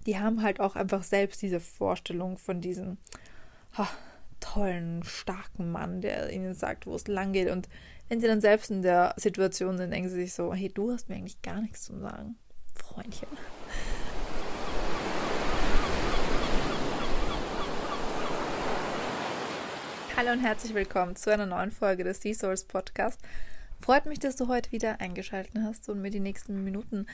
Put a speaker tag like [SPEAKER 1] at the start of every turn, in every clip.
[SPEAKER 1] die haben halt auch einfach selbst diese Vorstellung von diesem tollen, starken Mann, der ihnen sagt, wo es lang geht. Und wenn sie dann selbst in der Situation sind, denken sie sich so, hey, du hast mir eigentlich gar nichts zu sagen, Freundchen. Hallo und herzlich willkommen zu einer neuen Folge des Sea-Souls Podcast. Freut mich, dass du heute wieder eingeschaltet hast und mir die nächsten Minuten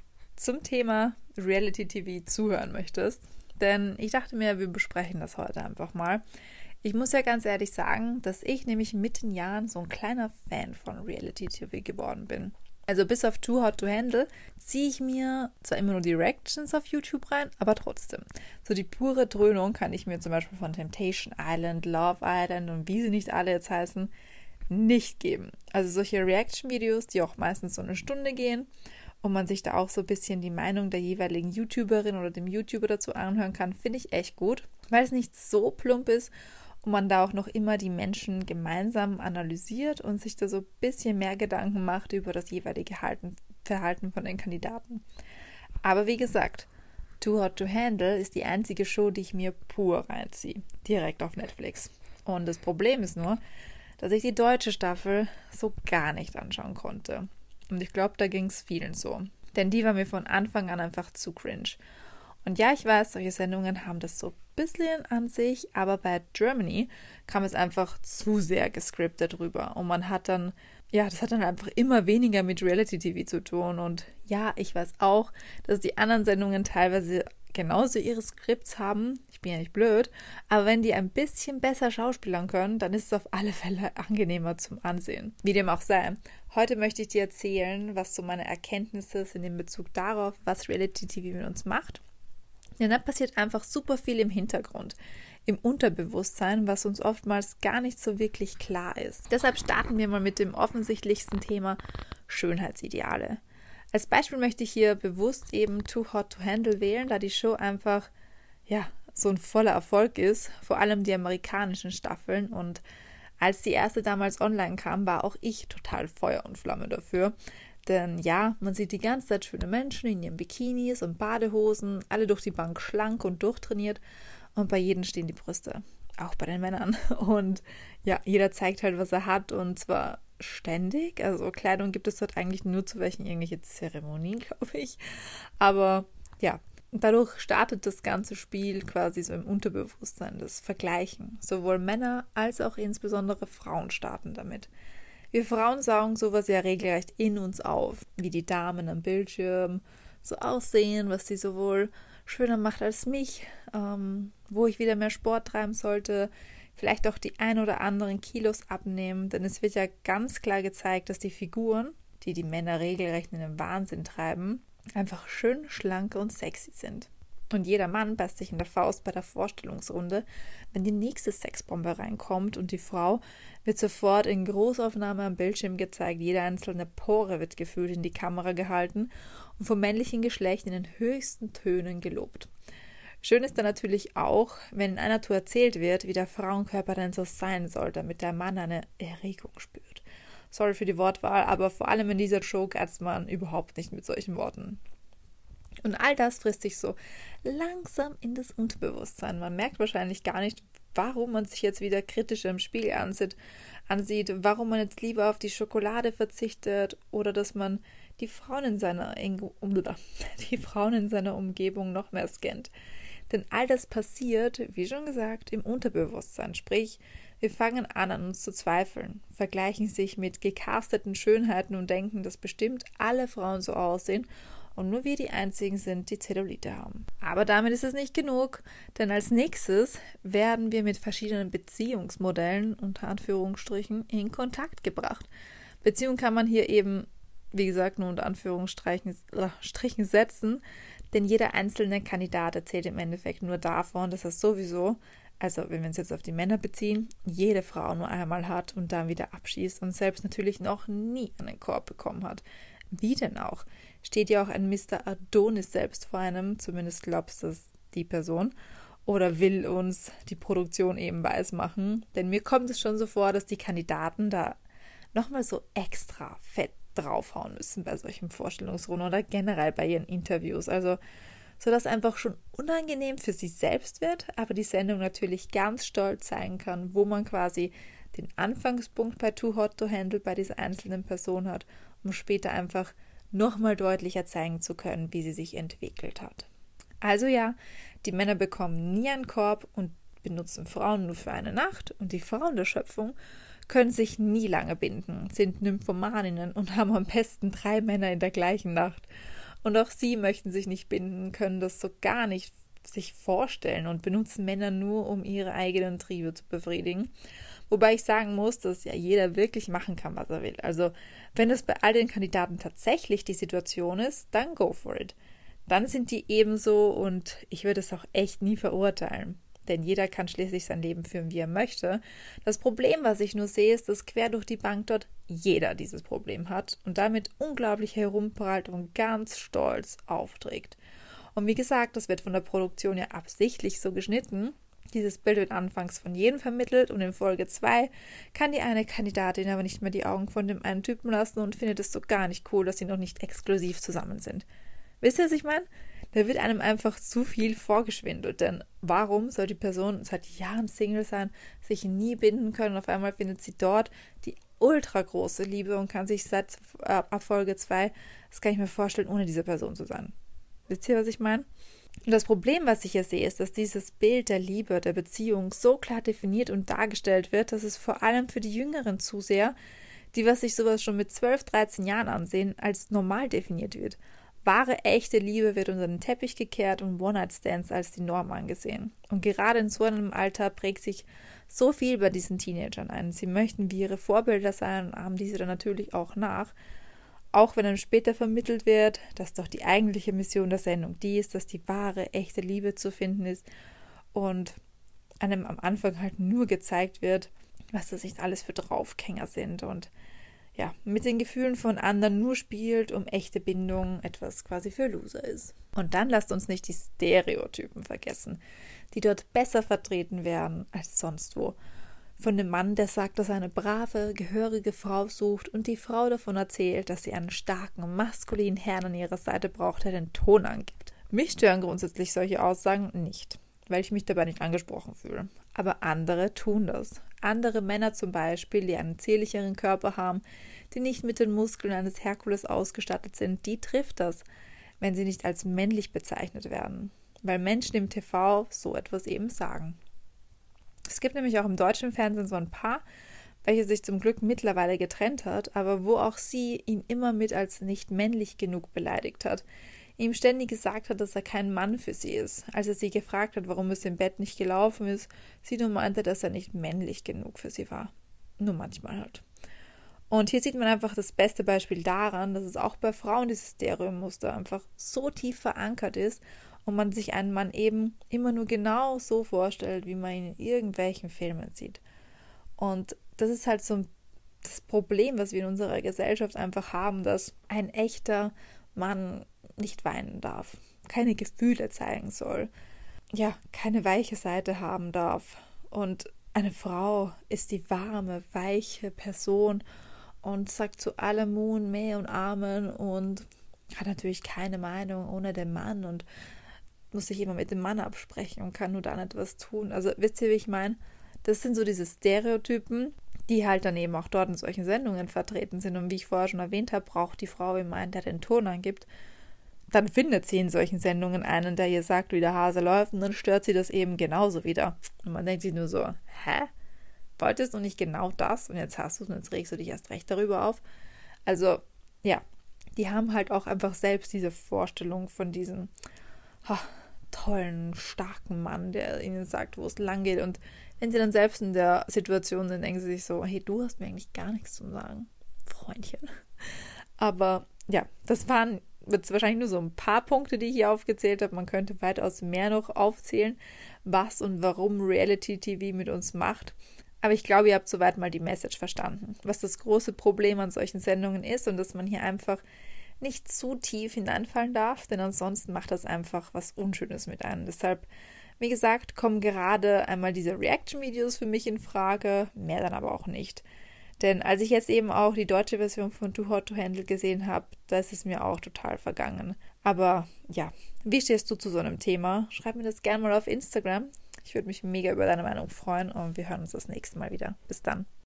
[SPEAKER 1] zum Thema Reality-TV zuhören möchtest. Denn ich dachte mir, wir besprechen das heute einfach mal. Ich muss ja ganz ehrlich sagen, dass ich nämlich mit den Jahren so ein kleiner Fan von Reality-TV geworden bin. Also bis auf Too Hot to Handle ziehe ich mir zwar immer nur die Reactions auf YouTube rein, aber trotzdem. So die pure Dröhnung kann ich mir zum Beispiel von Temptation Island, Love Island und wie sie nicht alle jetzt heißen, nicht geben. Also solche Reaction-Videos, die auch meistens so eine Stunde gehen und man sich da auch so ein bisschen die Meinung der jeweiligen YouTuberin oder dem YouTuber dazu anhören kann, finde ich echt gut, weil es nicht so plump ist und man da auch noch immer die Menschen gemeinsam analysiert und sich da so ein bisschen mehr Gedanken macht über das jeweilige Verhalten von den Kandidaten. Aber wie gesagt, Too Hot to Handle ist die einzige Show, die ich mir pur reinziehe, direkt auf Netflix. Und das Problem ist nur, dass ich die deutsche Staffel so gar nicht anschauen konnte. Und ich glaube, da ging es vielen so. Denn die war mir von Anfang an einfach zu cringe. Und ja, ich weiß, solche Sendungen haben das so ein bisschen an sich, aber bei Germany kam es einfach zu sehr gescriptet rüber. Und man hat dann, das hat dann einfach immer weniger mit Reality-TV zu tun. Und ja, ich weiß auch, dass die anderen Sendungen teilweise genauso ihre Skripts haben. Ich bin ja nicht blöd, aber wenn die ein bisschen besser schauspielern können, dann ist es auf alle Fälle angenehmer zum Ansehen. Wie dem auch sei. Heute möchte ich dir erzählen, was so meine Erkenntnisse sind in Bezug darauf, was Reality-TV mit uns macht. Denn da passiert einfach super viel im Hintergrund, im Unterbewusstsein, was uns oftmals gar nicht so wirklich klar ist. Deshalb starten wir mal mit dem offensichtlichsten Thema Schönheitsideale. Als Beispiel möchte ich hier bewusst eben Too Hot to Handle wählen, da die Show einfach, so ein voller Erfolg ist, vor allem die amerikanischen Staffeln. Und als die erste damals online kam, war auch ich total Feuer und Flamme dafür. Denn ja, man sieht die ganze Zeit schöne Menschen in ihren Bikinis und Badehosen, alle durch die Bank schlank und durchtrainiert und bei jedem stehen die Brüste, auch bei den Männern. Und ja, jeder zeigt halt, was er hat und zwar ständig. Also Kleidung gibt es dort eigentlich nur zu irgendwelche Zeremonien, glaube ich. Aber ja, dadurch startet das ganze Spiel quasi so im Unterbewusstsein, das Vergleichen. Sowohl Männer als auch insbesondere Frauen starten damit. Wir Frauen saugen sowas ja regelrecht in uns auf, wie die Damen am Bildschirm so aussehen, was sie sowohl schöner macht als mich, wo ich wieder mehr Sport treiben sollte, vielleicht auch die ein oder anderen Kilos abnehmen, denn es wird ja ganz klar gezeigt, dass die Figuren, die die Männer regelrecht in den Wahnsinn treiben, einfach schön, schlank und sexy sind. Und jeder Mann beißt sich in der Faust bei der Vorstellungsrunde, wenn die nächste Sexbombe reinkommt und die Frau wird sofort in Großaufnahme am Bildschirm gezeigt, jede einzelne Pore wird gefühlt in die Kamera gehalten und vom männlichen Geschlecht in den höchsten Tönen gelobt. Schön ist dann natürlich auch, wenn in einer Tour erzählt wird, wie der Frauenkörper denn so sein soll, damit der Mann eine Erregung spürt. Sorry für die Wortwahl, aber vor allem in dieser Show kratzt man überhaupt nicht mit solchen Worten. Und all das frisst sich so langsam in das Unterbewusstsein. Man merkt wahrscheinlich gar nicht, warum man sich jetzt wieder kritisch im Spiegel ansieht, warum man jetzt lieber auf die Schokolade verzichtet oder dass man die Frauen in seiner Umgebung noch mehr scannt. Denn all das passiert, wie schon gesagt, im Unterbewusstsein. Sprich, wir fangen an uns zu zweifeln, vergleichen sich mit gecasteten Schönheiten und denken, dass bestimmt alle Frauen so aussehen und nur wir die einzigen sind, die Zellulite haben. Aber damit ist es nicht genug, denn als nächstes werden wir mit verschiedenen Beziehungsmodellen, unter Anführungsstrichen, in Kontakt gebracht. Beziehung kann man hier eben, wie gesagt, nur unter Anführungsstrichen setzen, denn jeder einzelne Kandidat erzählt im Endeffekt nur davon, dass er sowieso, also wenn wir uns jetzt auf die Männer beziehen, jede Frau nur einmal hat und dann wieder abschießt und selbst natürlich noch nie einen Korb bekommen hat. Wie denn auch? Steht ja auch ein Mr. Adonis selbst vor einem, zumindest glaubst du das die Person, oder will uns die Produktion eben weismachen. Denn mir kommt es schon so vor, dass die Kandidaten da nochmal so extra fett draufhauen müssen bei solchen Vorstellungsrunden oder generell bei ihren Interviews. Also sodass einfach schon unangenehm für sie selbst wird, aber die Sendung natürlich ganz stolz zeigen kann, wo man quasi den Anfangspunkt bei Too Hot to Handle bei dieser einzelnen Person hat, um später einfach nochmal deutlicher zeigen zu können, wie sie sich entwickelt hat. Also ja, die Männer bekommen nie einen Korb und benutzen Frauen nur für eine Nacht und die Frauen der Schöpfung können sich nie lange binden, sind Nymphomaninnen und haben am besten 3 Männer in der gleichen Nacht. Und auch sie möchten sich nicht binden, können das so gar nicht sich vorstellen und benutzen Männer nur, um ihre eigenen Triebe zu befriedigen. Wobei ich sagen muss, dass ja jeder wirklich machen kann, was er will. Also wenn es bei all den Kandidaten tatsächlich die Situation ist, dann go for it. Dann sind die ebenso und ich würde es auch echt nie verurteilen. Denn jeder kann schließlich sein Leben führen, wie er möchte. Das Problem, was ich nur sehe, ist, dass quer durch die Bank dort jeder dieses Problem hat und damit unglaublich herumprallt und ganz stolz aufträgt. Und wie gesagt, das wird von der Produktion ja absichtlich so geschnitten. Dieses Bild wird anfangs von jedem vermittelt und in Folge 2 kann die eine Kandidatin aber nicht mehr die Augen von dem einen Typen lassen und findet es so gar nicht cool, dass sie noch nicht exklusiv zusammen sind. Wisst ihr, was ich meine? Da wird einem einfach zu viel vorgeschwindelt, denn warum soll die Person seit Jahren Single sein, sich nie binden können und auf einmal findet sie dort die ultra große Liebe und kann sich seit ab Folge 2, das kann ich mir vorstellen, ohne diese Person zu sein. Wisst ihr, was ich meine? Und das Problem, was ich hier sehe, ist, dass dieses Bild der Liebe, der Beziehung so klar definiert und dargestellt wird, dass es vor allem für die jüngeren Zuseher, die was sich sowas schon mit 12, 13 Jahren ansehen, als normal definiert wird. Wahre, echte Liebe wird unter den Teppich gekehrt und One-Night-Stands als die Norm angesehen. Und gerade in so einem Alter prägt sich so viel bei diesen Teenagern ein. Sie möchten wie ihre Vorbilder sein und haben diese dann natürlich auch nach. Auch wenn dann später vermittelt wird, dass doch die eigentliche Mission der Sendung die ist, dass die wahre, echte Liebe zu finden ist und einem am Anfang halt nur gezeigt wird, was das nicht alles für Draufgänger sind und ja, mit den Gefühlen von anderen nur spielt, um echte Bindung etwas quasi für Loser ist. Und dann lasst uns nicht die Stereotypen vergessen, die dort besser vertreten werden als sonst wo. Von dem Mann, der sagt, dass er eine brave, gehörige Frau sucht und die Frau davon erzählt, dass sie einen starken, maskulinen Herrn an ihrer Seite braucht, der den Ton angibt. Mich stören grundsätzlich solche Aussagen nicht, weil ich mich dabei nicht angesprochen fühle. Aber andere tun das. Andere Männer zum Beispiel, die einen zierlicheren Körper haben, die nicht mit den Muskeln eines Herkules ausgestattet sind, die trifft das, wenn sie nicht als männlich bezeichnet werden. Weil Menschen im TV so etwas eben sagen. Es gibt nämlich auch im deutschen Fernsehen so ein Paar, welche sich zum Glück mittlerweile getrennt hat, aber wo auch sie ihn immer mit als nicht männlich genug beleidigt hat. Ihm ständig gesagt hat, dass er kein Mann für sie ist. Als er sie gefragt hat, warum es im Bett nicht gelaufen ist, sie nur meinte, dass er nicht männlich genug für sie war. Nur manchmal halt. Und hier sieht man einfach das beste Beispiel daran, dass es auch bei Frauen dieses Stereomuster einfach so tief verankert ist und man sich einen Mann eben immer nur genau so vorstellt, wie man ihn in irgendwelchen Filmen sieht. Und das ist halt so das Problem, was wir in unserer Gesellschaft einfach haben, dass ein echter Mann nicht weinen darf, keine Gefühle zeigen soll, ja, keine weiche Seite haben darf. Und eine Frau ist die warme, weiche Person und sagt zu allem Mund, Meh und Amen und hat natürlich keine Meinung ohne den Mann und muss sich immer mit dem Mann absprechen und kann nur dann etwas tun. Also wisst ihr, wie ich meine? Das sind so diese Stereotypen, die halt dann eben auch dort in solchen Sendungen vertreten sind. Und wie ich vorher schon erwähnt habe, braucht die Frau immer einen, der den Ton angibt. Dann findet sie in solchen Sendungen einen, der ihr sagt, wie der Hase läuft, und dann stört sie das eben genauso wieder. Und man denkt sich nur so, hä? Wolltest du nicht genau das? Und jetzt hast du es und jetzt regst du dich erst recht darüber auf. Also, ja, die haben halt auch einfach selbst diese Vorstellung von diesem tollen, starken Mann, der ihnen sagt, wo es lang geht. Und wenn sie dann selbst in der Situation sind, denken sie sich so, hey, du hast mir eigentlich gar nichts zu sagen, Freundchen. Aber ja, das waren jetzt wahrscheinlich nur so ein paar Punkte, die ich hier aufgezählt habe. Man könnte weitaus mehr noch aufzählen, was und warum Reality-TV mit uns macht. Aber ich glaube, ihr habt soweit mal die Message verstanden, was das große Problem an solchen Sendungen ist und dass man hier einfach nicht zu tief hineinfallen darf, denn ansonsten macht das einfach was Unschönes mit einem. Deshalb, wie gesagt, kommen gerade einmal diese Reaction-Videos für mich in Frage, mehr dann aber auch nicht. Denn als ich jetzt eben auch die deutsche Version von Too Hot to Handle gesehen habe, da ist es mir auch total vergangen. Aber ja, wie stehst du zu so einem Thema? Schreib mir das gerne mal auf Instagram. Ich würde mich mega über deine Meinung freuen und wir hören uns das nächste Mal wieder. Bis dann.